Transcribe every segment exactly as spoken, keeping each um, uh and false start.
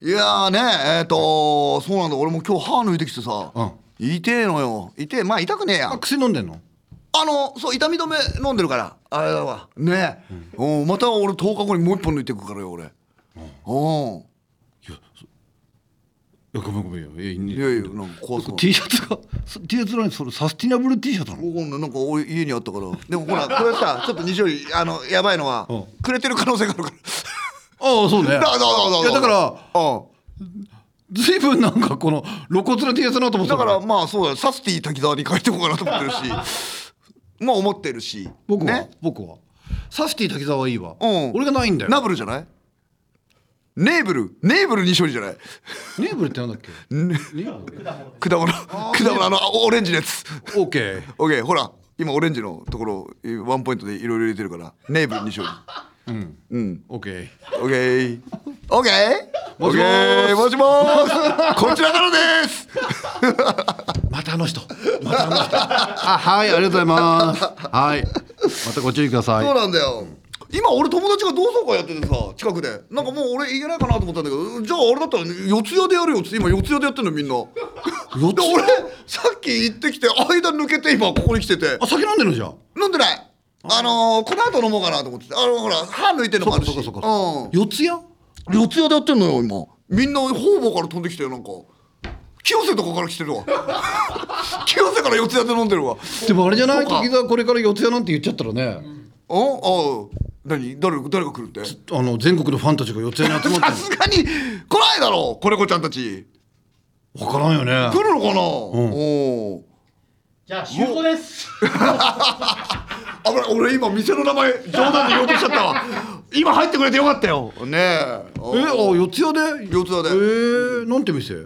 いやーねえー、っとそうなんだ。俺も今日歯抜いてきてさ、 うん、 痛えのよ。痛え。まあ痛くねえや。 あ、薬飲んでんの？ あのそう痛み止め飲んでるからあれだわねえ、うん、おまた俺とおかごにもう一本抜いてくからよ俺。うん、 いや、いやごめんごめんよ。えいやいやなんか怖そう。 T シャツが T シャツ何それサスティナブル T シャツなの？ ここなんか俺家にあったから。でもほらこれさちょっと西織あのやばいのは、うん、くれてる可能性があるから。 ああそうね。だだだだだいやだから、 うんずいぶんなんかこの露骨な T シャツなと思ってただからまあそうだサスティ滝沢に書いておこうかなと思ってるしまあ思ってるし僕は、 ね、 僕はサスティ滝沢はいいわ、 うん、 俺がないんだよ。 ナブルじゃない？ネーブルネーブル西織じゃない？ ネーブルってなんだっけ？ ね、果物果物あのオレンジのやつ。 オーケーオーケーほら今オレンジのところワンポイントでいろいろ入れてるからネーブル西織。 うんうん、オッケーオッケーオッケーオッケーもしもーしこちらからです。 またあの人またあの人あ、はい、ありがとうございます。はい、またご注意ください。 そうなんだよ。今俺友達が同窓会やっててさ近くでなんかもう俺行けないかなと思ったんだけど、じゃあ俺だったら四谷でやるよって今四谷でやってんのみんな。 四谷？ で俺さっき行ってきて間抜けて今ここに来てて。 あ、酒飲んでるの？じゃん飲んでない。あのー、この後飲もうかなと思ってて、あのほら歯抜いてるのもあるし。 そっかそっかそっか、うん、四谷四谷でやってんのよ今。みんな方々から飛んできてなんか清瀬とかから来てるわ。清瀬から四谷で飲んでるわ。 でもあれじゃない？滝沢これから四谷なんて言っちゃったらね、うん、 ああ何誰誰が来るって？ あの全国のファンたちが四谷に集まってさすがに来ないだろう子猫ちゃんたち。 分からんよね。 来るのかな、うん、 おじゃあ集合です。 あぶない俺今店の名前冗談で言おうとしちゃったわ。今入ってくれてよかったよねえ。えあ四谷で四谷でえー、なんて店？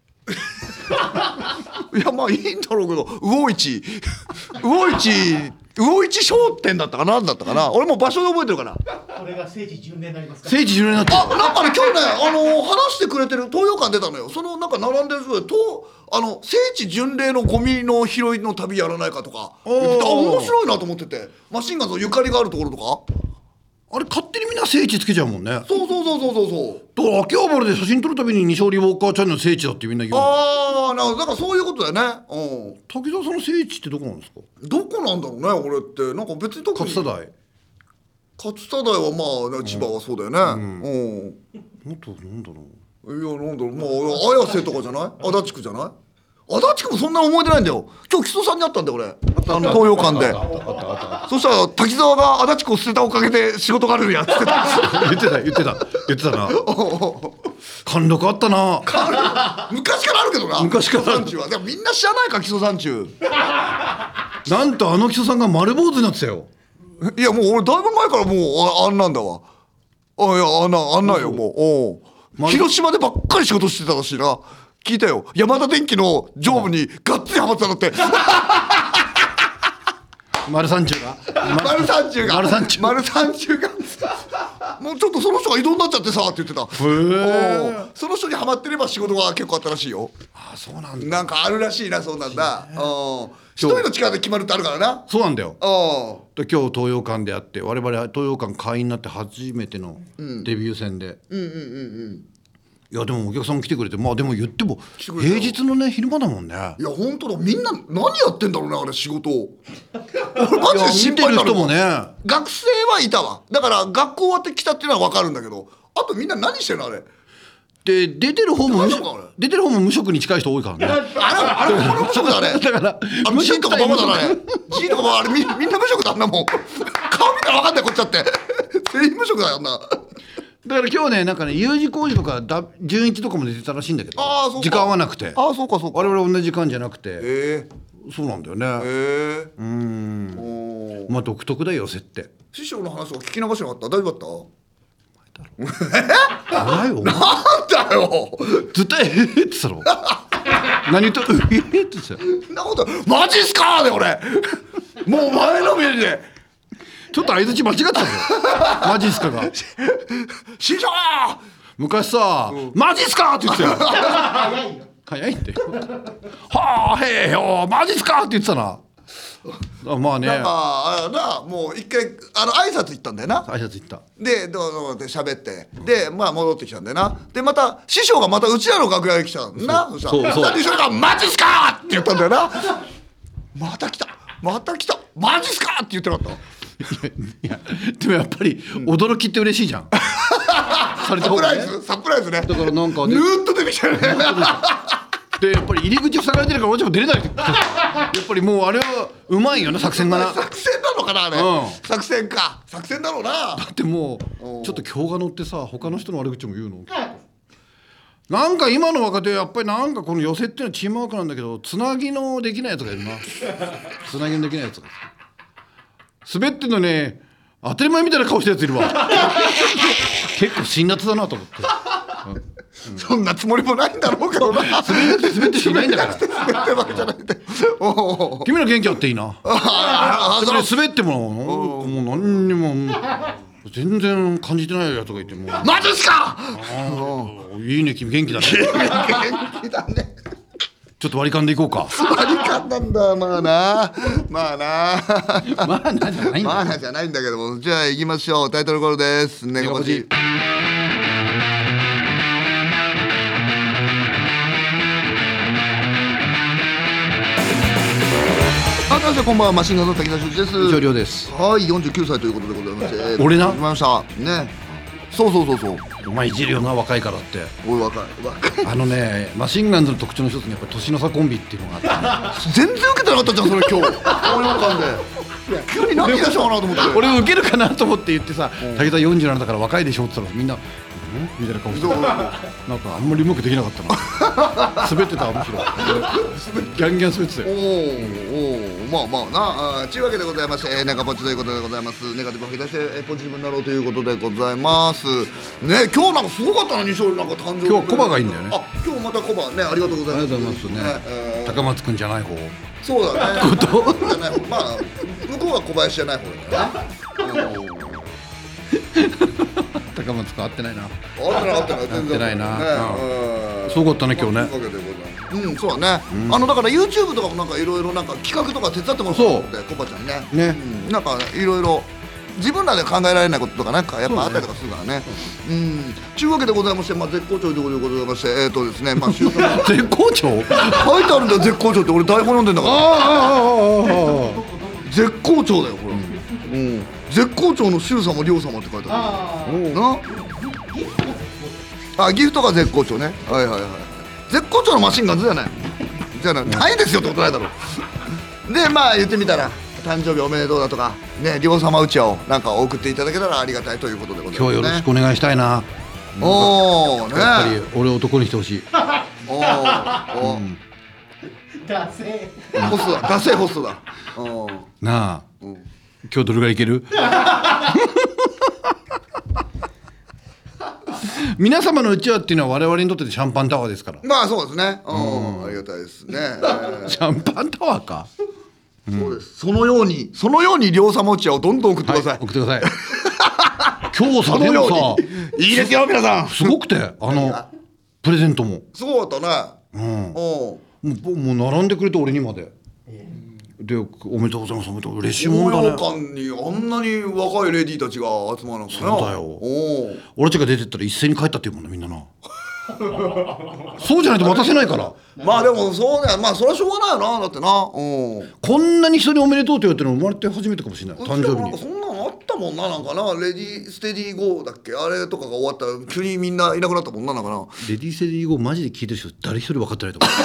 いやまあいいんだろうけど魚市魚市魚市商店だったかなんだったかな。俺も場所で覚えてるから。 これが聖地巡礼になりますか？ 聖地巡礼になってる。 あ、なんかね今日ねあの話してくれてる東洋館出たのよ。そのなんか並んでる人でとあの聖地巡礼のゴミの拾いの旅やらないかとか言ってて、あ面白いなと思ってて、マシンガンズのゆかりがあるところとかあれ勝手にみんな聖地つけちゃうもんね。 そうそうそうそうそうそう。 だから秋葉原で写真撮るたびに西織ウォーカーチャンネル聖地だってみんな言う。 ああなるほど。だからそういうことだよね。うん。 滝沢さんの聖地ってどこなんですか？ どこなんだろうね俺ってなんか別に特に。 勝田台。 勝田台はまあ、ね、千葉はそうだよね。うん。うん、 もっとなんだろう。いやなんだろうまあ綾瀬とかじゃない？足立区じゃない？足立区もそんな思い出ないんだよ。今日木曽さんに会ったんだよ俺。あの東洋館で。そしたら滝沢が足立区を捨てたおかげで仕事があるんやって言ってた。 言ってた言ってた言ってたな。貫禄あったな。 昔からあるけどな。 昔からある。 木曽山中はでもみんな知らないか木曽山中。 なんとあの木曽さんが丸坊主になってたよ。 いやもう俺だいぶ前からもう あ, あんなんだわ。あいやあんなあんなんよもう。おう広島でばっかり仕事してたらしいな。聞いたよ。山田電機の上部にがっつりハマってたんだって。 丸三中が丸三中が丸三中丸三中がもうちょっとその人が異動になっちゃってさって言ってた。へその人にハマってれば仕事が結構あったらしいよ。 ああそうなんだ。 なんかあるらしいな。そうなんだ。一人の力で決まるってあるからな。 そうなんだよ。で今日東洋館であって我々は東洋館会員になって初めてのデビュー戦で、うんうんうんうんいやでもお客さんも来てくれて、まあでも言っても平日のね昼間だもんね。 いや本当だ。みんな何やってんだろうねあれ仕事を。俺マジで心配なる人もね。 学生はいたわ。だから学校終わってきたっていうのは分かるんだけど、あとみんな何してんのあれ。 で出てる方も出てる方も無職に近い人多いからね。あれあれこれ無職だね。だからあの G とかババだね。G とかババあれ み, みんな無職だんなもん。顔見たら分かんないこっちだって。全員無職だよな。 だから今日ねなんかね U 字工事とかだ純一とかも出てたらしいんだけど、 あそうか時間合わなくて。 あそうかそうか。 我々同じ時間じゃなくて、 えー、そうなんだよね。 えー、 うんまあ独特だよ寄せって。 師匠の話を聞き流しなかった？大丈夫だった？ お前よ。 なんだよ。 絶対えーって言ってたろ。何言った？えーって言ってたよ。 なことマジっすかーで俺。もう前のめりで。 ちょっと相づち間違ってたぞ。マジっすかが。 師匠昔さ、うん、マジっすかって言ってたよ。早いよ。早いって。はあへえよマジっすかって言ってたな。 あまあねなんかあれなもう一回あの挨拶行ったんだよな。 挨拶行った。 でどうぞって喋ってでまあ戻ってきたんだよな。でまた師匠がまたうちらの楽屋に来たんだな。そしたらそうそう師匠が「マジっすか!」って言ったんだよな。また来たまた来たマジっすかって言ってなかった。 いやでもやっぱり驚きって嬉しいじゃん、されたサプライ方がね。 ズサプライズね。 だからなんかぬでーっと出てきたよね。 でやっぱり入り口塞がれてるから私も出れない。やっぱりもうあれはうまいよな作戦がな。だ作戦なのかなあれ、 うん作戦か作戦だろうな。 ってもうちょっと今日が乗ってさ他の人の悪口も言うの。なんか今の若手やっぱりなんかこの寄せっていうのはチームワークなんだけどつなぎのできないやつがいるな。つなぎのできないやつが滑ってんのね当たり前みたいな顔したやついるわ。結構辛辣だなと思って、 うん、そんなつもりもないんだろうけどな。 滑って滑ってしないんだから。 滑ってるわけじゃないんだよ。おお君ら元気あっていいな。 あでもね滑ってももう何にも全然感じてないやつがいてもうマジっすか。 いいね君元気だね。 元気だね。 ちょっと割り勘でいこうか。 割り勘なんだまあなまあなまあなじゃないんだ。 まあなじゃないんだけどもじゃあ行きましょう。タイトルコールです。ネガポジ。あどうもこんばんはマシンガンの滝田修司です。 少量です。 はいよんじゅうきゅうさいということでございまして、 俺な来ましたね。そうそうそうそう。 お前いじるよな若いからって。 おい若い若い。 あのねマシンガンズの特徴の一つにやっぱり年の差コンビっていうのがあって全然受けてなかったじゃんそれ今日。応用感で。急に何言い出したかなと思って。 俺受けるかなと思って言ってさ武田よんじゅうななだから若いでしょって言ったらみんなみたいな顔してなんかあんまりうまくできなかったな。滑ってたむしろギャンギャン滑ってたよ。 おおまあまあなあというわけでございまして、えー、ネガポチということでございます。ネガティブ吐き出して、えー、ポジティブになろうということでございますね。今日なんかすごかったな西尾なんか誕生日。 今日はコバがいいんだよね。 あ今日またコバねありがとうございます。 ありがとうございますね、えー、高松くんじゃない方。 そうだねことじゃない方まあ向こうは小林じゃない方だからね。 高松くん会ってないな。 合ってない合ってない全然合ってないな、 ねうん、すごかったね今日ね。 うんそうだね、うん、あのだから YouTube とかもなんかいろいろなんか企画とか手伝ってもらったのでコバちゃんにねね、 うん、なんかいろいろ自分らで考えられないこととかなんかやっぱあったりとかするからね。うん。というわけでございまして、まあ絶好調ということでございまして、えっとですね、まあ週間絶好調？ 書いてあるんだよ絶好調って俺台本読んでんだから。 ああ絶好調だよこれ。うん。絶好調の周様亮様って書いてある。な？あギフトが絶好調ね。はいはいはい。絶好調のマシンガンズじゃない。じゃないないですよってことないだろ。でまあ言ってみたら。誕生日おめでとうだとかね両様うちわをなんか送っていただけたらありがたいということでございますね。 今日よろしくお願いしたいな。 おおねやっぱり俺男にしてほしい。 おおダセホストだダセホストだ。おなあ、うん、今日どれぐらいいける？皆様のうちわっていうのは我々にとってシャンパンタワーですから。 まあそうですね。うんありがたいですね。 シャンパンタワーか。 そうです。そのようにそのように両様うちわをどんどん送ってください。 はい、送ってください。今日さでもさいいですよ皆さん。 すごくてあのプレゼントもすごかったね。うん。 もうもう並んでくれて俺にまで。でおめでとうございますおめでとう嬉しいもんだね。 高揚感にあんなに若いレディーたちが集まるのかな。 そうだよ。お俺たちが出てったら一斉に帰ったっていうもんねみんなな。そうじゃないと渡せないから。 まあでもそうねまあそれはしょうがないよなだってな。 こんなに人におめでとうって言われてるの生まれて初めてかもしれない誕生日に。 そんなのあったもんななんかなレディーステディーゴーだっけあれとかが終わったら急にみんないなくなったもんななんかな。 レディーステディーゴーマジで聞いてる人誰一人分かってないと思う。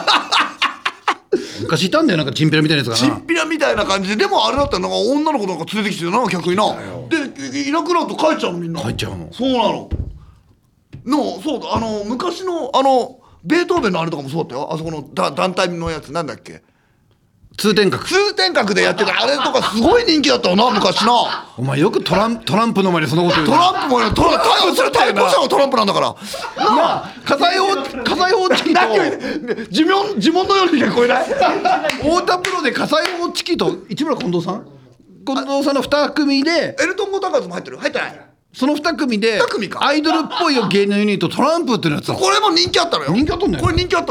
昔いたんだよなんかチンピラみたいなやつがな。 チンピラみたいな感じででもあれだったらなんか女の子なんか連れてきてな客になでいなくなると帰っちゃうのみんな。 帰っちゃうの。 そうなののそうだあの昔のあのベートーベンのあれとかもそうだったよあそこのだ団体のやつなんだっけ通天閣通天閣でやってたあれとかすごい人気だったよな昔な。 お前よくトラントランプの前でそのこと言うトランプもねトランプそれ対抗者のトランプなんだからなあ火災報火災報知器と呪文呪文のように聞こえない太田プロで火災報知器と市村近藤さん近藤さんのに組でエルトン・ゴタカズも入ってる入ってないそのに組でに組かアイドルっぽい芸能ユニットトランプっていうやつだ。 これも人気あったのよ。 人気あったんだよ。 これ人気あったんだよ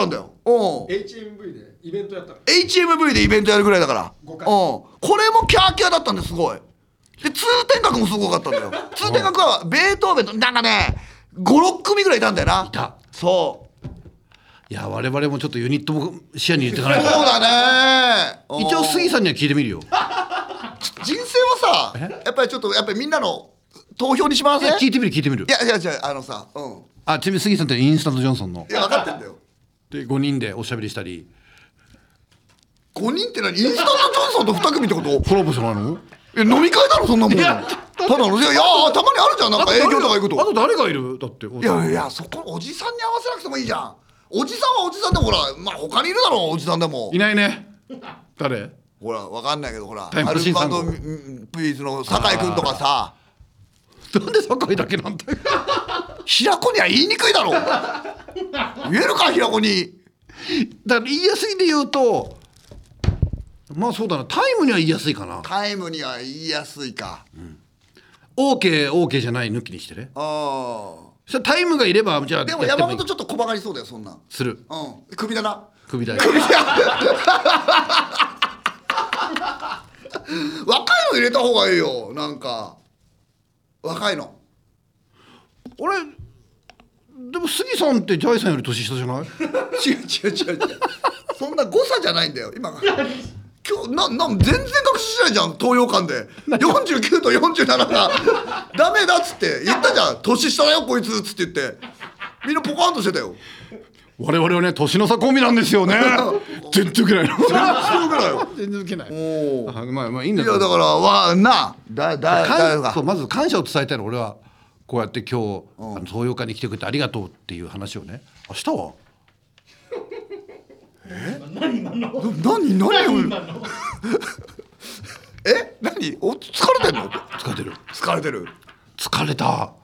おうエイチエムブイ でイベントやったの。 エイチエムブイ でイベントやるぐらいだからごかいおうこれもキャーキャーだったんですごいで通天閣もすごかったんだよ通天閣はベートーベンとなんかねごろっくみぐらいいたんだよないた。 そういや我々もちょっとユニットも視野に入れていかないと。 そうだね一応杉さんには聞いてみるよ。 人生はさやっぱりちょっとやっぱりみんなの投票にしませんいや聞いてみる聞いてみるい。やいやいやあのさうんあちなみに杉さんってインスタントジョンソンのいや分かってんだよでごにんでおしゃべりしたり。 ごにんって何インスタントジョンソンとに組ってことコラボじゃないの？ え飲み会だろそんなもんいやただのいやいやたまにあるじゃんなんか営業とか行くとあと誰がいる？だって。 いやいやそこおじさんに合わせなくてもいいじゃんおじさんはおじさんでもほらまあ他にいるだろうおじさんでもいないね。誰？ ほらわかんないけどほらタイムアルバマシーンさんンドうんプリーズの酒井君とかさなんで酒井だけなんだよ。 平子には言いにくいだろ言えるか平子にだから言いやすいで言うとまあそうだなタイムには言いやすいかな。 タイムには言いやすいか、うん、 OK OK じゃない抜きにしてね。 ああそしたらタイムがいればじゃあでも山本ちょっと小バカにそうだよそんなんする。 うん首だな首だよ。 首だ若いの入れた方がいいよなんか若いの俺でも杉さんってジャイさんより年下じゃない？ 違う違う違う違うそんな誤差じゃないんだよ今今日なな全然学習しないじゃん東洋館でよんじゅうきゅうとよんじゅうなながダメだっつって言ったじゃん年下だよこいつっつって言ってみんなポカーンとしてたよ我々はね年の差コンビなんですよね。全然受けないの。 そうぐらいよ全然受けない。 おあまあまあいいんだいやだからわなだだ誰がそうまず感謝を伝えたいの俺はこうやって今日あの東洋館に来てくれてありがとうっていう話をね明日は何今の？ 何何何を今の？ え何お疲れてんの疲れてる疲れてる疲れた。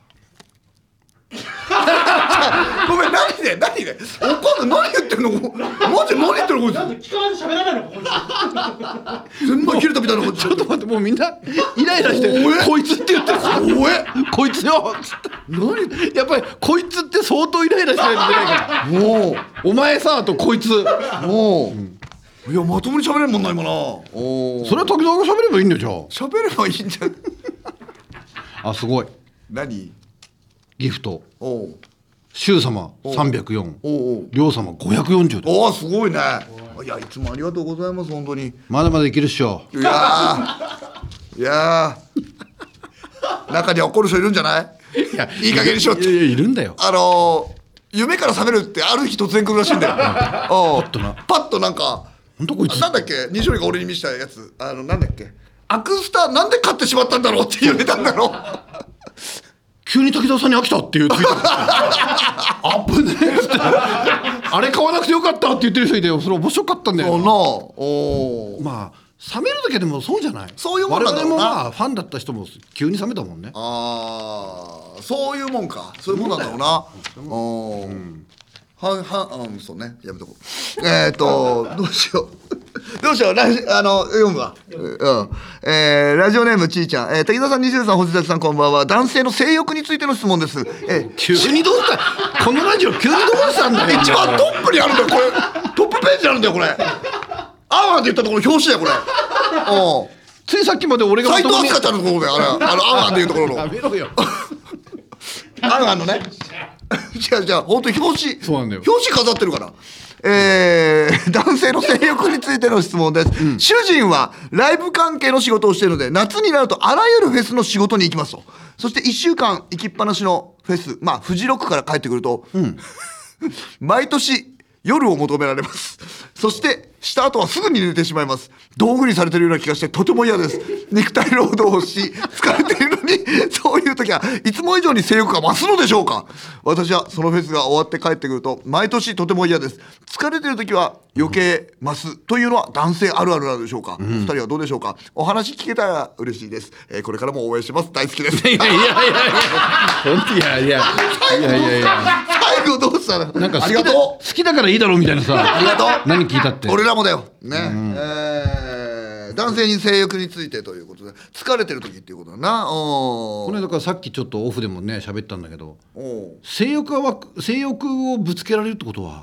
ごめん何で何で怒る何言ってんのマジ何言ってるのこいつなんで聞かないと喋らないのここに。 全部切れたみたいなこいつちょっと待ってもうみんなイライラしておえこいつって言ってる。 おえこいつよつって何やっぱりこいつって相当イライラしてないといけないからもうお前さとこいつもう、うんいやまともに喋れんもんな今なおそれは時々喋ればいいんだよじゃ喋ればいいんじゃんああすごい何ギフトおう周様さんびゃくよんおうおう亮様ごひゃくよんじゅうだ。 おおすごいねいやいつもありがとうございます本当にまだまだいけるっしょ。 いやーいやー中には怒る人いるんじゃないいやいい加減にしろっていやいやいるんだよ。 あのー、夢から覚めるってある日突然来るらしいんだよパッとなパッとなんかほんとこいつなんだっけ西織が俺に見せたやつあのなんだっけアクスタなんで買ってしまったんだろうって言われたんだろう急に滝沢さんに飽きたっていうツイートあぶねえっつってあれ買わなくてよかったって言ってる人いてそれ面白かったんだよそうなおまあ冷めるだけでもそうじゃない。 そういうもんなんだろうな我々もまあファンだった人も急に冷めたもんね。 ああそういうもんかそういうもんなんだろうなおーはんはんうんそうねやめとこうえっとどうしようどうしようラジあの読むわうんえー、ラジオネームちーちゃん、えー、滝沢さん西田さん星崎さんこんばんは男性の性欲についての質問です、えー、 急にどうしたこのラジオ急にどうしたんだよ一番トップにあるんだよこれトップページにあるんだよこれあわんって言ったところ表紙だよこれおうついさっきまで俺が斎藤飛鳥ちゃんのところだよあれあのあわんっていうところのやめろよあわんのね違う違う本当に表紙そうなんだよ表紙飾ってるからえー、男性の性欲についての質問です、うん、主人はライブ関係の仕事をしているので夏になるとあらゆるフェスの仕事に行きますとそしていっしゅうかん行きっぱなしのフェスまあフジロックから帰ってくると、うん、毎年夜を求められますそしてした後はすぐに寝てしまいます道具にされているような気がしてとても嫌です肉体労働をし疲れているのにそういう時はいつも以上に性欲が増すのでしょうか私はそのフェスが終わって帰ってくると毎年とても嫌です疲れている時は余計増すというのは男性あるあるなのでしょうか、うん、ふたりはどうでしょうかお話聞けたら嬉しいです、えー、これからも応援します大好きですいやいやいやいや本当いやいやいやいやいや最後どうしたのなんかありがとう好きだからいいだろうみたいなさありがとう何聞いたって俺らもだよね、うんえー、男性に性欲についてということで疲れてる時っていうことだなおこれだからさっきちょっとオフでもね喋ったんだけど性欲は性欲をぶつけられるってことは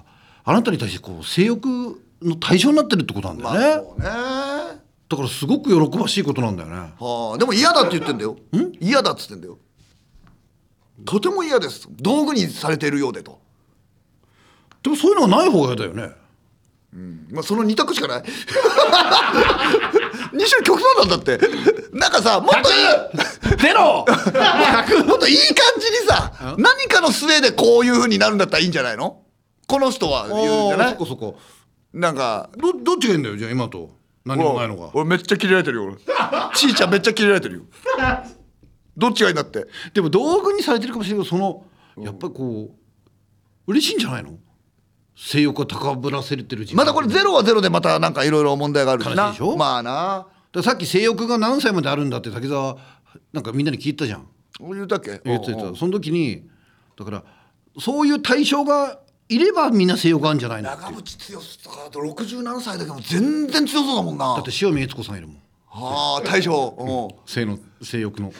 あなたに対してこう性欲の対象になってるってことなんだよね、 まあそうね。 だからすごく喜ばしいことなんだよね。 はあ、でも嫌だって言ってんだよ。嫌だっつってんだよ。とても嫌です。道具にされているようでと。 でもそういうのがない方が嫌だよね。 まあその二択しかない。二種極端なんだって。なんかさ、もっといいゼロもっといい感じにさ、何かの末でこういう風になるんだったらいいんじゃないの？この人は言うんじゃない？ そこそこなんかどどっちがいいんだよじゃあ今と何もないのが。 俺めっちゃキレられてるよ俺。ちーちゃんめっちゃキレられてるよ。どっちがいいんだって。 でも道具にされてるかもしれないけどそのやっぱりこう嬉しいんじゃないの？性欲が高ぶらせれてる自分。 まだこれゼロはゼロでまたなんかいろいろ問題があるしな。 悲しいでしょ。 まあな。 だからさっき性欲が何歳まであるんだって滝沢なんかみんなに聞いたじゃん。 俺言ったっけ？ 言ってた。 おうおうその時にだからそういう対象がいればみんな性欲あるんじゃないのっていう。 長渕剛とかあとろくじゅうななさいだけど全然強そうだもんな。 だって塩見悦子さんいるもん。 はあ大将。うん性の性欲の。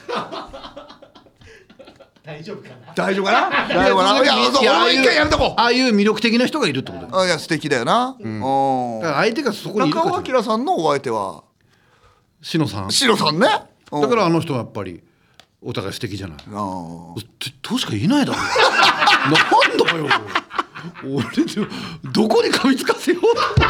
大丈夫かな。 大丈夫かな？大丈夫かな？いやそう俺も一回やめとこう。 ああいう魅力的な人がいるってことだよ。 あいや素敵だよな。うん。 だから相手がそこにいるか中尾明さんのお相手はしのさん。 シロさんね。うんだからあの人はやっぱりお互い素敵じゃない。 あーってとしか言えないだろ。なんだよ。俺でどこに噛みつかせよう。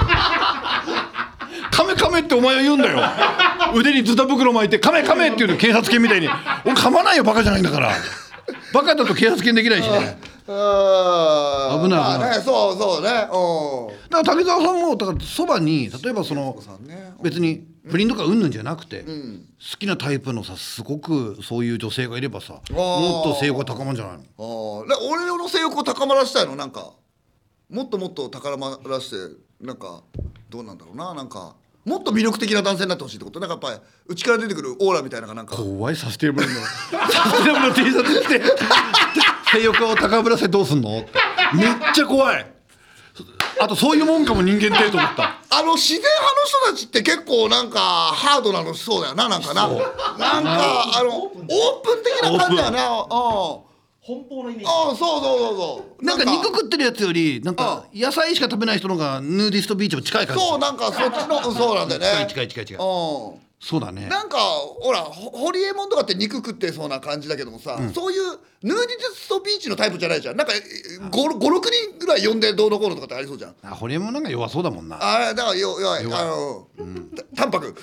カメカメってお前は言うんだよ。腕にズタ袋巻いてカメカメって言うの警察犬みたいに。俺噛まないよバカじゃないんだから。バカだと警察犬できないしね。 あー危ないまあ危ないねそうそうね。うん。 だから滝沢さんもだからそばに例えばそのさんね別に不倫とかうんぬんじゃなくて、好きなタイプのさすごくそういう女性がいればさもっと性欲が高まるんじゃないの？ ああ、俺の性欲を高まらしたいのなんかもっともっと高まらしてなんかどうなんだろうななんかもっと魅力的な男性になってほしいってことなんかやっぱり内から出てくるオーラみたいなのがなんか怖いサステナブルのサステナブルの T シャツ着て性欲を高ぶらせどうすんのってめっちゃ怖い。あとそういうもんかも人間ってと思った。 あの自然派の人たちって結構なんかハードなのしそうだよななんかななんかあのオープン的な感じだよな。あ奔放のイメージ。 あそうそうそうそうなんか肉食ってるやつよりなんか野菜しか食べない人のがヌーディストビーチも近い感じ。 そうなんかそっちのそうなんだよね。 近い近い近い近い。 うんそうだね。 なんかほらホホリエモンとかって肉食ってそうな感じだけどもさ、そういうヌーディストビーチのタイプじゃないじゃん。なんかごろくにんぐらい呼んでどうのこうのとかってありそうじゃん。 あホリエモンなんか弱そうだもんな。 あれだからよ弱いあの、た淡白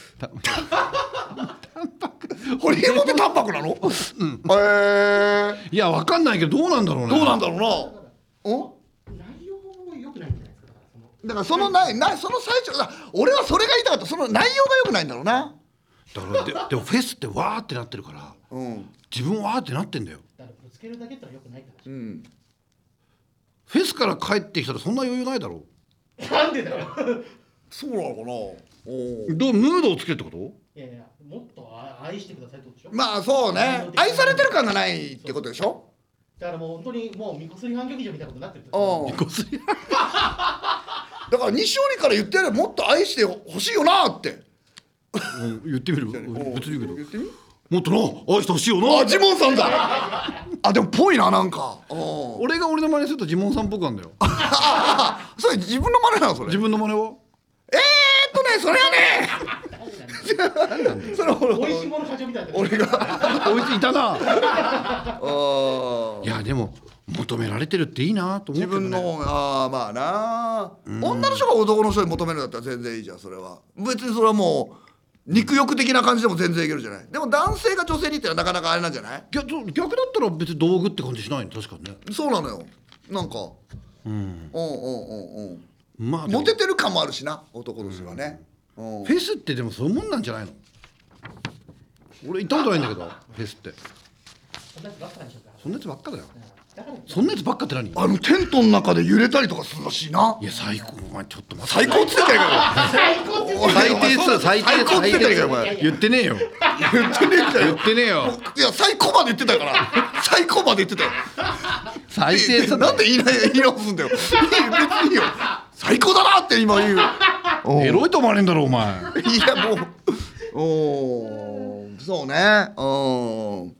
ホリエモンって淡白なの？うんへえいやわかんないけどどうなんだろうね。 どうなんだろうな。お内容も良くないんじゃないですか。 だからそのないないその最初だ俺はそれが言いたかった。その内容が良くないんだろうな。 だからででもフェスってわーってなってるからうん自分わーってなってんだよ。 だからぶつけるだけってのは良くないから。 うんフェスから帰ってきたらそんな余裕ないだろなんでだよ。 そうなのかな。おう。どうムードをつけるってこと？ いやいや、もっとあ愛してくださいってことでしょ。 まあそうね愛されてる感がないってことでしょ。 だからもう本当にもうみこすり反響劇場みたいなことになってる。 うんこすりだから西織から言ってやればもっと愛してほしいよなって。 うん言ってみる。別に言うけど言ってみもっとな愛してほしいよな。 あジモンさんだ。あでもぽいななんか。うん俺が俺の真似するとジモンさんっぽくなんだよ。 あそれ自分の真似なのそれ。 自分の真似はえーっとねそれはねそれ俺美味しいもの社長みたいな。 俺がこいついたな。 あーいやでも求められてるっていいなと思うけどね。 自分のあーまあな女の人が男の人に求めるんだったら全然いいじゃんそれは。別にそれはもう肉欲的な感じでも全然いけるじゃない。でも男性が女性にってのはなかなかあれなんじゃない。 逆逆だったら別に道具って感じしないの確かにね。 そうなのよなんかうん。 うんうんうんうんまあでもモテてる感もあるしな男としてはね。うんフェスってでもそういうもんなんじゃないの？俺行ったことないんだけどフェスってそんなやつばっかりでしょうから。 そんなやつばっかだよ。 だからそんなやつばっかって何？ あのテントの中で揺れたりとかするらしいな。 いや最高お前ちょっと待って。 最高っつってたやんか最高っておい最低っす最低最高っつってたやんかお前。 言ってねえよ。 言ってねえんだよ言ってねえよ。 いや最高まで言ってたから最高まで言ってたよ。 最低っすなんで言いな言い直すんだよ。いい別にいいよ最高だなって今言う。 エロいと思われんだろお前。 いやもうおーそうねうん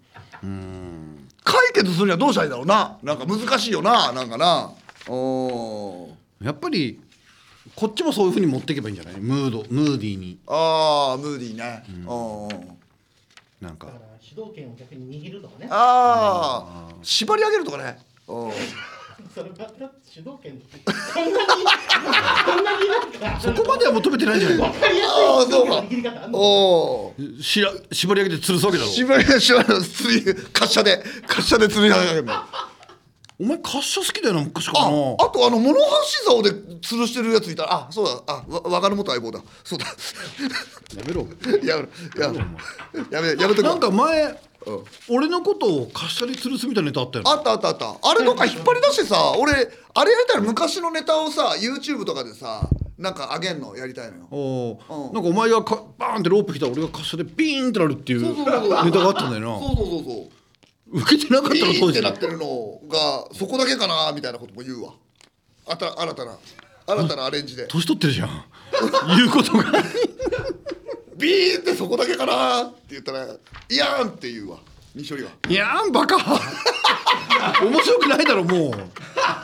解決するにはどうしたらいいんだろうな。なんか難しいよななんかな。おやっぱりこっちもそういう風に持っていけばいいんじゃない？ムードムーディーに。 ああムーディーね、うん、 なんかだから主導権を逆に握るとかね。 ああ縛り上げるとかね、うんそれが主導権ってそんなにそんなになんかそこまでは求めてないじゃない。 わかりやすい主導権の握り方あんの？ おおしら縛り上げて吊るすわけだろ。 縛り縛りつり滑車で滑車で吊り上げるの。 お前滑車好きだよな昔からな。 ああとあの物干し竿で吊るしてるやついたら、あそうだ、あわわがる元相棒だ、そうだやめろ。 やめろやめろやめやめとくわなんか前、 うん俺のことを滑車で吊るすみたいなネタあったよね。 あったあったあった。あれとか引っ張り出してさ、俺あれやりたいの、昔のネタをさ YouTube とかでさなんかあげんのやりたいのよ。 おー、 うんなんかお前がかバーンってロープ引いたら俺が滑車でビーンってなるっていうそうそうそうそうネタがあったんだよな。 そうそうそうそう受けてなかったピーっての当時。 なってるのがそこだけかなみたいなことも言うわ。あた新たな新たなアレンジで年取ってるじゃん言うことがビーってそこだけかなって言ったらいやーんって言うわ西織は。 いやーんバカ面白くないだろもう。 セイバさん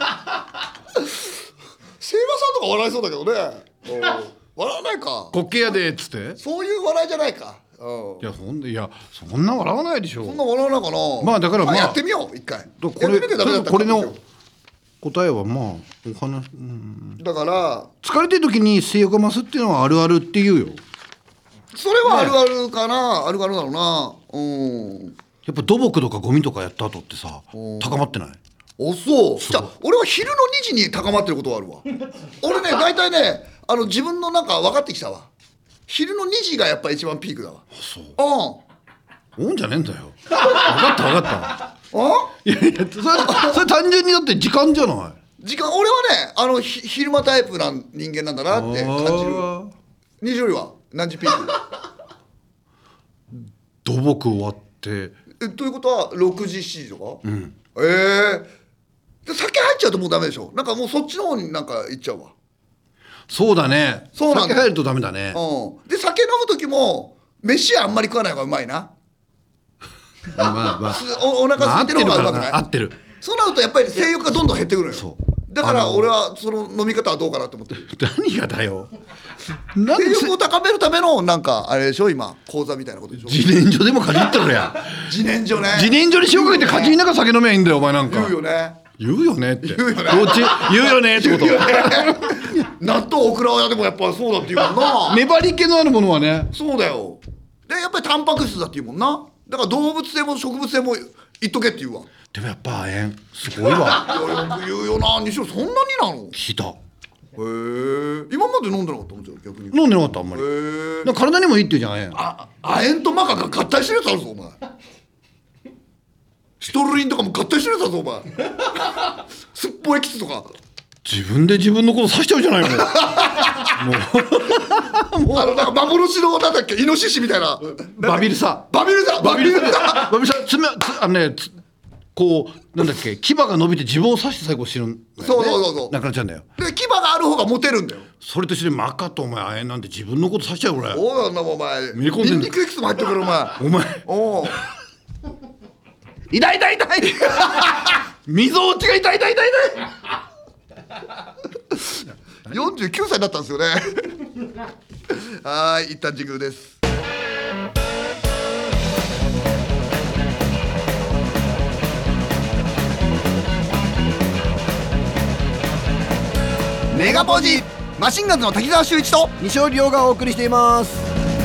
とか笑いそうだけどね。うん笑わないか。 滑稽やでっつって。 そういう笑いじゃないか。うんいやそんでいやそんな笑わないでしょ。 そんな笑わないかな。 まあだからまあやってみよう一回。 これやってみてダメだったらこれの答えはまあお話、うん、 だから疲れてる時に性欲が増すっていうのはあるあるっていうよ。 それはあるあるかな、あるあるだろうな。うんやっぱ土木とかゴミとかやった後ってさ高まってない？ おそうじゃあ俺は昼のにじに高まってることはあるわ俺ね大体ねあの自分のなんか分かってきたわ。昼のにじがやっぱ一番ピークだわ。 そううんおんじゃねえんだよ。分かった分かったあいやいやそれそれ単純にだって時間じゃない。 時間俺はねあのひ昼間タイプな人間なんだなって感じる。にじよりは何時ピーク土木終わってえということはろくじしちじとか、 うんええで酒入っちゃうともうダメでしょ。なんかもうそっちの方になんか行っちゃうわ。 そうだね。 そうなんだ酒入るとダメだね。 うんで酒飲む時も飯あんまり食わない方がうまいな。 まあまあおお腹空いてる方がうまくない、 合ってる。 そうなるとやっぱり性欲がどんどん減ってくるのよ。 そうだからあの俺はその飲み方はどうかなと思ってる。 何がだよ。なんで性欲を高めるためのなんかあれでしょ今講座みたいなことでしょ。 自然薯でもかじってろや。 自然薯ね。 自然薯に塩かけてかじりながら酒飲めばいいんだよお前なんか。 言うよね。 言うよねって。 言うよねどっち言うよねってこと。 納豆オクラはでもやっぱそうだって言うもんな。 粘り気のあるものはね。 そうだよ。でやっぱりタンパク質だって言うもんな。だから動物性も植物性も言っとけって言うわ。 でもやっぱ亜鉛すごいわ。 いやよく言うよな。西尾そんなになの。へ聞いた。 え。今まで飲んでなかったもんじゃ逆に。 飲んでなかったあんまり。 へえ。 なんか体にもいいって言うじゃん亜鉛。 あ亜鉛とマカが合体してるやつあるぞお前。シトルリンとかも合体してるやつあるぞお前。すっぽエキスとか。 自分で自分のこと刺しちゃうじゃないの。 あのなんか幻のなんだっけイノシシみたいな。 バビルサ。 バビルサバビルサ。 バビルサ爪つあのねつこうなんだっけ牙が伸びて自分を刺して最後死ぬんだよね。 そうそうそうそうなくなっちゃうんだよ。 で牙がある方がモテるんだよ。 それと一緒でマカとお前亜鉛なんて自分のこと刺しちゃう俺。 そうなんだもんお前。 めり込んでんだニンニクエキスも入ってるからお前。 お前おお。 痛い痛い痛い。溝落ちが痛い痛い痛い痛い。 よんじゅうきゅうさいだったんですよね。はい一旦ジングルです。メガポジマシンガンズの滝沢秀一と西尾亮がお送りしています。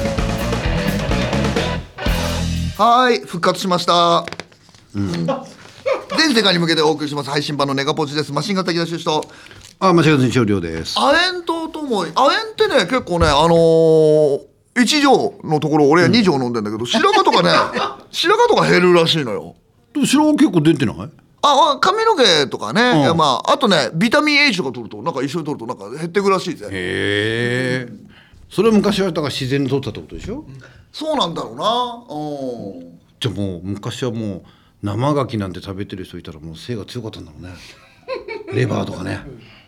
はい復活しました、うん、全世界に向けてお送りします配信版のネガポジです。マシンガンズ滝沢秀一とあ間違いない西尾亮です。 亜鉛とともに亜鉛ってね結構ねあのー、いち錠のところ俺はに錠飲んでんだけど、白髪とかね白髪とか減るらしいのよ。 でも白髪結構出てない？ あ髪の毛とかね、 うんいやまああとねビタミン H とか取るとなんか一緒に取るとなんか減ってくらしいぜ。 へえ。それは昔はだから自然に取ったってことでしょ？ そうなんだろうな。うんじゃあもう昔はもう生牡蠣なんて食べてる人いたらもう性が強かったんだろうね。レバーとかね。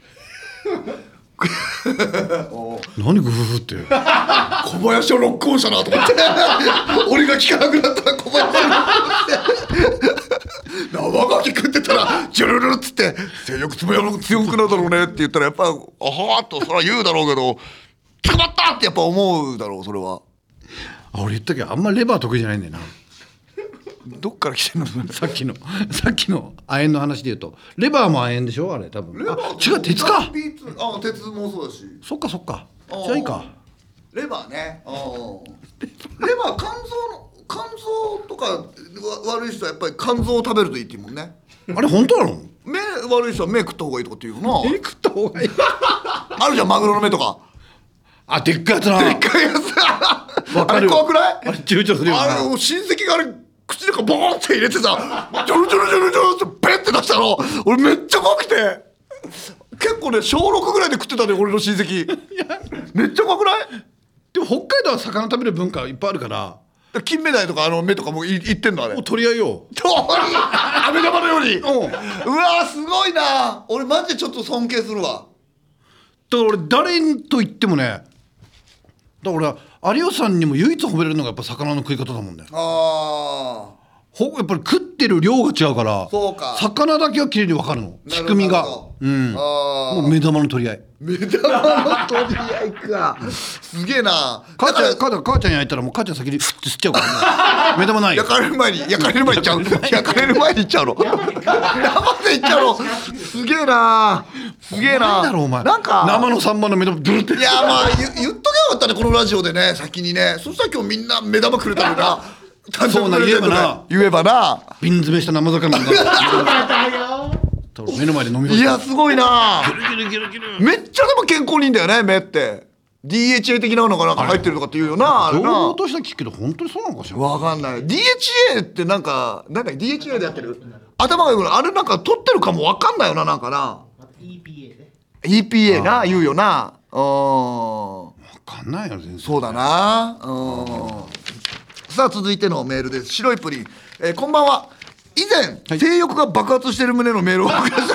何グフフって小林をロックオンしたなと思って俺が聞かなくなったら小林をロックオンして生牡蠣食ってたらジュルルルっつって性欲つぶやく強くなるだろうねって言ったらやっぱあはーっとそれは言うだろうけど捕まったってやっぱ思うだろうそれは。 あ俺言ったけどあんまレバー得意じゃないんだよな。 どっから来てんのさっきのさっきの亜鉛の話で言うとレバーも亜鉛でしょあれ多分。あ違う鉄か。 あ鉄もそうだし。 そっかそっか。じゃあいいか。 レバーね。レバー肝臓の肝臓とかわ悪い人はやっぱり肝臓を食べるといいって言うもんね。 あれ本当なの？ 目悪い人は目食った方がいいとかって言うよな。 目食った方がいい。 あるじゃんマグロの目とか。 あでっかいやつな。 でっかいやつ。 わかる。 あれ怖くない？ あれ躊躇するよな。 あれ親戚があれ口の中ボーンって入れてさ、ジョロジョロジョロジョロってペッて出したの。俺めっちゃ怖くて。結構ね小ろくぐらいで食ってたね俺の親戚。めっちゃ怖くない？ でも北海道は魚食べる文化いっぱいあるから。 金目鯛とかあの目とかもいいってんのあれ。 もう取り合いよ。 アメ玉のように。 うん。 うわーすごいな。俺マジでちょっと尊敬するわ。 だから俺誰と言ってもね。だから俺は有吉さんにも唯一褒めれるのがやっぱ魚の食い方だもんね。 ああ。 ほやっぱり食ってる量が違うからそうか魚だけは綺麗に分かるの仕組みが。うんもう目玉の取り合い。 目玉の取り合いか。すげえな。 母ちゃん母ちゃん母ちゃん焼いたらもう母ちゃん先にフッて吸っちゃうからね。目玉ないよ。 焼かれる前に焼かれる前にいっちゃう。焼かれる前にいっちゃうの。生でいっちゃうの。すげえな。すげえな。 なんだろうお前。 なんか生のサンマの目玉ドゥルって。 いやまあ言, 言っとけばよかったねこのラジオでね先にね。そしたら今日みんな目玉くれたのな。 そうな言えばな言えばな。 瓶詰めした生魚が目の前で飲み干した。 いやすごいな。 ギュルギュルギュルギュル。 めっちゃでも健康にいいんだよね目って。ディーエイチエー 的なのがなんか入ってるとかって言うよな。あれ情な報としては聞くけど本当にそうなのかしら。 わかんない。 ディーエイチエー ってなんかなんか ディーエイチエー でやってる頭がよくないあれなんか取ってるかもわかんないよななんかな。 イーピーエー ね。 イーピーエー な言うよな。うん分かんないよ全然。 そうだな。うんさあ続いてのメールです。白いプリン、えー、こんばんは。以前、はい、性欲が爆発している旨のメールを送りました。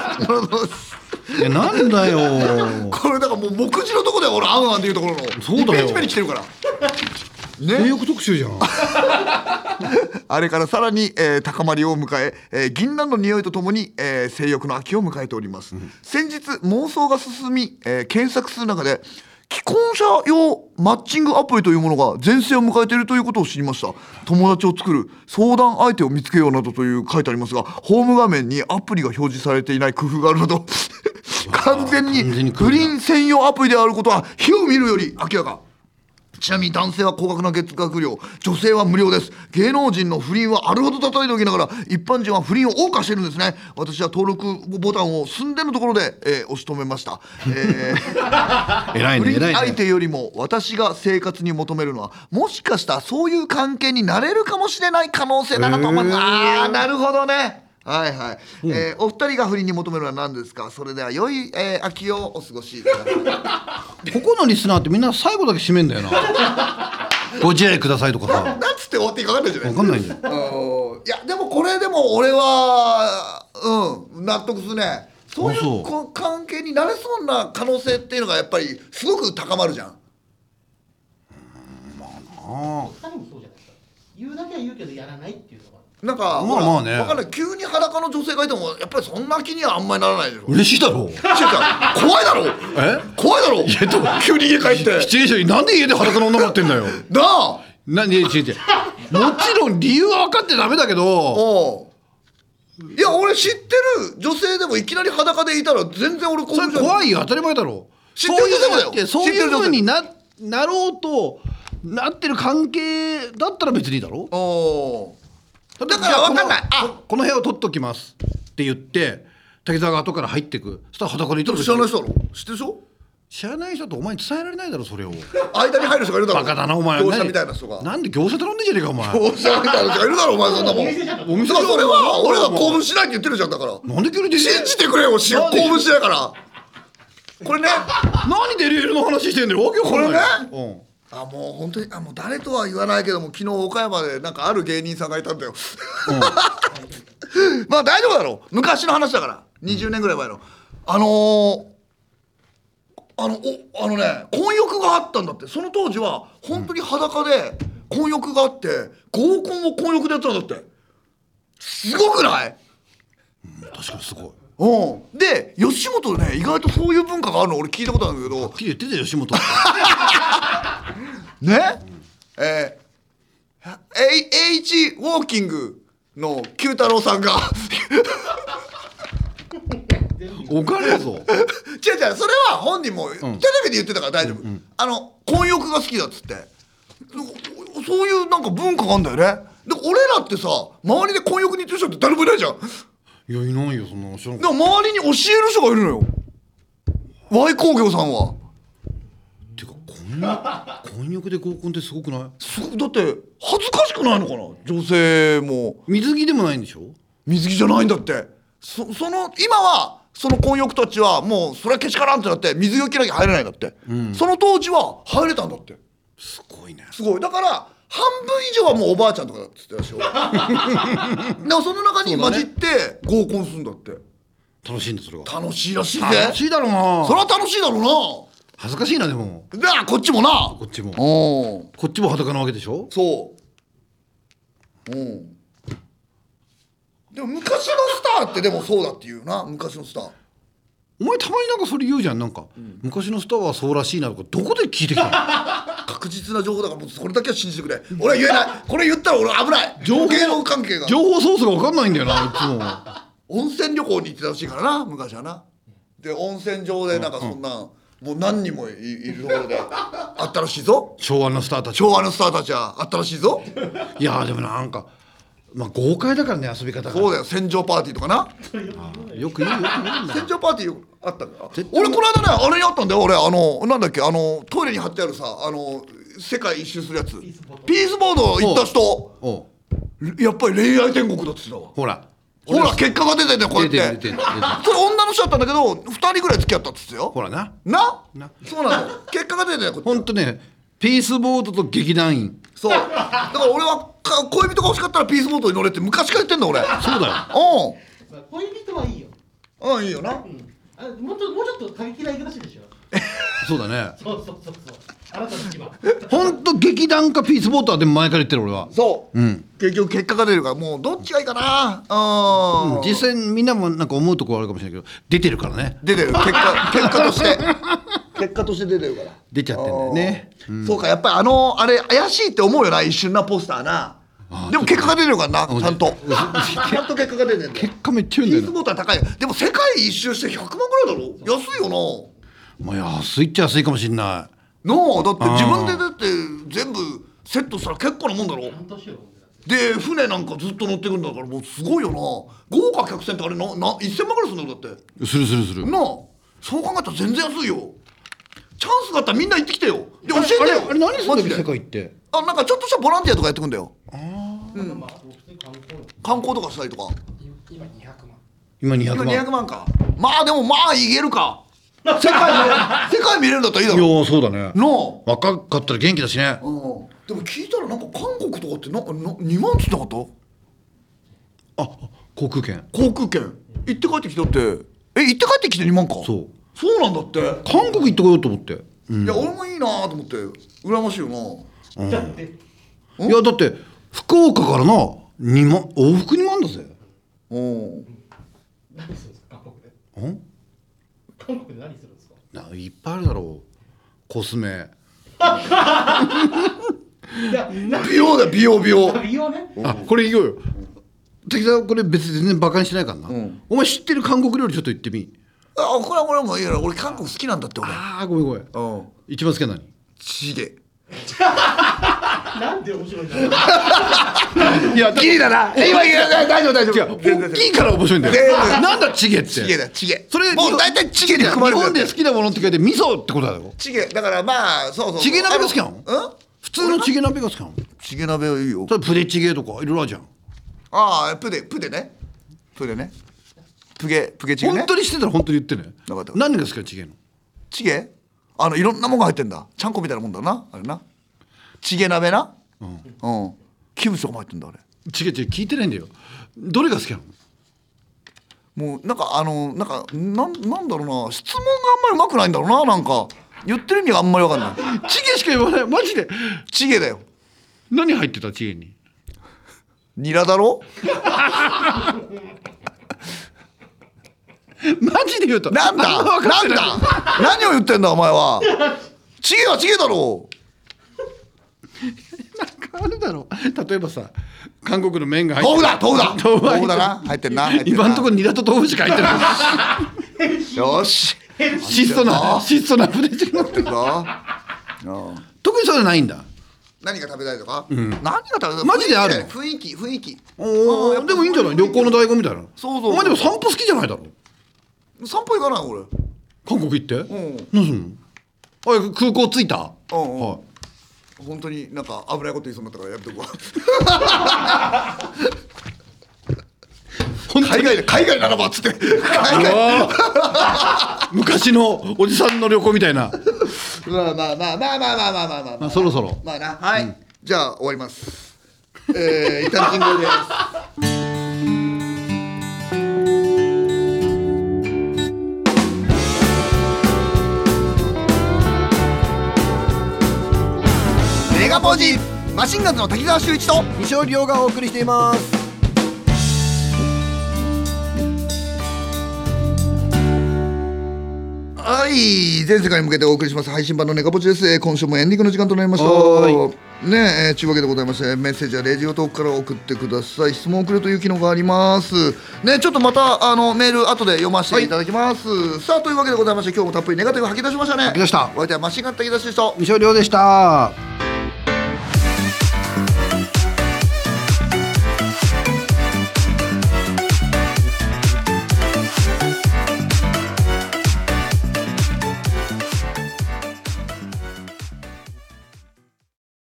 いやなんだよこれだからもう目次のとこで俺あんあんっていうところのそうだよにページ目に来てるからね。 性欲特集じゃん。 あれからさらに、えー、高まりを迎ええー、銀杏の匂いとともに、えー、性欲の秋を迎えております、うん、先日妄想が進み、えー、検索する中で既婚者用マッチングアプリというものが全盛を迎えているということを知りました。友達を作る相談相手を見つけようなどという書いてありますが、ホーム画面にアプリが表示されていない工夫があるなど完全に不倫専用アプリであることは火を見るより明らか。ちなみに男性は高額な月額料、女性は無料です。芸能人の不倫はあるほど叩いておきながら一般人は不倫を謳歌しているんですね。私は登録ボタンを寸前のところで、えー、押し止めました、えー、偉いね偉いね。不倫相手よりも私が生活に求めるのはもしかしたらそういう関係になれるかもしれない可能性だなと思います。あーなるほどね。はいはい、うん、えー、お二人が不倫に求めるのは何ですか。それでは良い、えー、秋をお過ごしください。 ここのリスナーってみんな最後だけ締めんだよな。ご自愛くださいとかさ。 なんつって終わっていいか分かんないじゃない。 分かんないんだよ。 いやでもこれでも俺はうん納得するね。そういう関係になれそうな可能性っていうのがやっぱりすごく高まるじゃん。うんまあなあ。 ふたりもそうじゃないですか。言うだけは言うけどやらないっていうのが。 なんかまあまあね、 分かんない。急に裸の女性がいてもやっぱりそんな気にはあんまりならないでしょ。 嬉しいだろう。 怖いだろう。 え怖いだろう。いやでも急に家帰ってシチュエーションになんで家で裸の女待ってんだよ。 なあなんで違う違うもちろん理由は分かってダメだけど。 おいや俺知ってる女性でもいきなり裸でいたら全然俺興奮しない。それ怖いよ当たり前だろ。 知ってる女性もだよ。 そういう風に な, なろうとなってる関係だったら別にいいだろ。 おだから分かんない。 あこの部屋を取っときますって言って滝沢が後から入ってく。そしたら裸にいたら知らない人だろ。知ってるでしょ。 知らない人とお前に伝えられないだろそれを。 間に入る人がいるだろ。 バカだなお前。 業者みたいな人が。 なんで業者頼んでんじゃねえかお前。 業者みたいな人がいるだろお前そんなもん。お店じゃん。お店それは俺が興奮しないって言ってるじゃんだから。 なんで急に信じてくれよ。興奮しないから。これね。 何デリヘルの話してんだよ。 これね。 うんあもう本当にあもう誰とは言わないけども昨日岡山でなんかある芸人さんがいたんだよ、うん、まあ大丈夫だろう。昔の話だからにじゅうねんぐらい前のあのー、あのおあのね混浴があったんだって。その当時は本当に裸で混浴があって合コンを混浴でやったんだって。すごくない？ 確かにすごい。 うん、で吉本ね意外とそういう文化があるの俺聞いたことあるんだけどきれい言ってたよ吉本ってね、えー、エイチ ウォーキングの九太郎さんがお金ぞ違う違うそれは本人もテレビで言ってたから大丈夫、うんうん、あの混浴が好きだっつってそういうなんか文化があるんだよね。で俺らってさ周りで混浴に行ってる人って誰もいないじゃん。 いやいないよそんな知らん。 でも周りに教える人がいるのよ Y 工業さんは。 てか混浴混浴で合コンってすごくない？ すだって恥ずかしくないのかな女性も。 水着でもないんでしょ？ 水着じゃないんだって。そ, その今はその混浴たちはもうそれはけしからんってなって水着を着なきゃ入れないんだって、うん、その当時は入れたんだって。 すごいね。 すごいだから半分以上はもうおばあちゃんとかだっつってたでしょだからその中に混じって合コンするんだって。 楽しいんだそれは。 楽しいらしいぜ。 楽しいだろうな。 それは楽しいだろうな。 恥ずかしいなでも。 でこっちもな。 こっちもこっちも裸なわけでしょ。そううんでも昔のスターってでもそうだって言うな。昔のスターお前たまになんかそれ言うじゃん。なんか、うん、昔のスターはそうらしいなとかどこで聞いてきたの確実な情報だからもうそれだけは信じてくれ。俺は言えないこれ言ったら俺危ない情報芸能関係が情報ソースが分かんないんだよないつも温泉旅行に行ってたらしいからな昔はな。で温泉場でなんかそんな、うんうん、もう何人も い, いるところであったらしいぞ。 昭和のスターたち昭和のスターたちはあったらしいぞいやでもなんかまあ豪快だからね遊び方が。 そうだよ船上パーティーとかなあよく言うよく言うんだ船上パーティーあったから俺この間ねあれにあったんだよ俺あのなんだっけあのトイレに貼ってあるさあの世界一周するやつピースボード行った人やっぱり恋愛天国だっつってたわ。 ほらほら結果が出てんだよこうやって出てる出てる出てるそれ女の人だったんだけどふたりぐらい付き合ったっつってよ。 ほらなななそうなの結果が出てんだよ。 ほんとねピースボードと劇団員。 そうだから俺は恋人が欲しかったらピースボートに乗れって昔から言ってんだ俺。 そうだようん恋人はいいよ。 うんいいよな、うん、 あもうちょもうちょっと過激な言い方してるでしょそうだねそうそうそうそうあなたの一番ほんと劇団かピースボートはでも前から言ってる俺は。 そう、 うん、 結局結果が出るからもうどっちがいいかな。 うん、うん、実際みんなもなんか思うところあるかもしれないけど出てるからね。 出てる結果結果として結果として出てるから出ちゃってんだよね、 うん、そうかやっぱりあのあれ怪しいって思うよな一瞬なポスターな。でも結果が出てるからなちゃんとちゃんと結果が出てるんだよ。 結果めっちゃいいんだよ。 ピースボートは高い。でも世界一周してひゃくまんぐらいだろ。安いよな。 まあ安いっちゃ安いかもしんない。 なあだって自分でだって全部セットしたら結構なもんだろ。で船なんかずっと乗ってくんだからもうすごいよな。豪華客船ってあれななせんまんぐらいするんだよだって。 するするするなあそう考えたら全然安いよ。チャンスがあったらみんな行ってきてよ。で教えてよ。 あれあれ何するんだっけ世界ってあなんかちょっとしたボランティアとかやってくんだよ。 あうん、観光とかしたりとか。 今にひゃくまん今にひゃくまん今にひゃくまんか。まあでもまあいけるか世界世界見れるんだったらいいだろ。 いやそうだね。 なあ若かったら元気だしね。 うんでも聞いたらなんか韓国とかってなんかなにまんつってなかった？ あ航空券航空券行って帰ってきたってえ行って帰ってきてにまんか。 そうそうなんだって。 韓国行ってこようと思って、 うん、いや俺もいいなと思って羨ましいよな、 うん、いやだって福岡からなにまん往復にまんだぜ。 うん何するんですか韓国で。 うん韓国で何するんですか。 ないっぱいあるだろうコスメ美容だ美容美容美容ね。 あこれ言おうよ滝沢これ別に全然バカにしてないからな、うん、お前知ってる韓国料理ちょっと言ってみ。 あこれはこれはもういいや俺韓国好きなんだって俺。 ああごめんごめん、うん、一番好きなの何？ チゲなんで面白いんだろう。 いやギリだな今いや大丈夫大丈夫。 違う大きいから面白いんだよ。なんだチゲって。 チゲだチゲそれもう大体チゲに含まれてる。 日本で好きなものって書いて味噌ってことだよ。 チゲだからまあそうそうチゲ鍋が好きなの？ うん普通のチゲ鍋が好きなの？ チゲ鍋はいいよ。 プデチゲとかいろいろあるじゃん。 ああプデプデねプデねプゲプゲチゲね。 本当にしてたら本当に言ってね。 分かった。 何が好きなチゲの？ チゲあのいろんなもんが入ってんだ。ちゃんこみたいなもんだなあれな。チゲ鍋な。うん、うん、キムチとかも入ってんだあれ。 チゲチゲ聞いてないんだよ。どれが好きなの？ もうなんかあのなんかなんなんだろうな質問があんまりうまくないんだろうななんか言ってる意味があんまり分かんない。 チゲしか言わないマジで。 チゲだよ。 何入ってたチゲに？ ニラだろマジで言うとなんだあんま分かなんってないだ何を言ってんだお前は。ちげえはちげえだろあるだろ例えばさ韓国の麺が入豆って腐だ豆腐だ豆腐入ってるだな入ってんな入ってんな今のところニラと豆腐しか入ってないよし質素な質素なプレゼンやってるぞうん特にそういうのないんだ。 何が食べたいとか、何が食べたいマジである雰囲気雰囲気おーでもいいんじゃない旅行の醍醐味みたいな。 そうそうそうお前でも散歩好きじゃないだろ。 散歩行かない俺。 韓国行ってん何すんの。あ空港着いた。 うんうんはい本当になんか危ないこと言いそうになったからやめとくわ本当に海外で海外ならばっつって海外うわー昔のおじさんの旅行みたいな。 まあまあまあまあまあまあまあまあまあまあまあそろそろまあなはい、じゃあ終わりますえー、一旦ジングルですメガポージマシンガンズの滝沢秀一と西尾亮がお送りしています。 はい全世界に向けてお送りします配信版のネガポジです。えー今週もエンディングの時間となりましたはねえー、ちゅうわけでございましてメッセージはレジオトークから送ってください。質問を送るという機能がありますね。ちょっとまたあのメール後で読ませていただきます、さあというわけでございまして今日もたっぷりネガティブ吐き出しましたね。 吐き出したお相手はマシンガン滝沢秀一と西尾亮でした。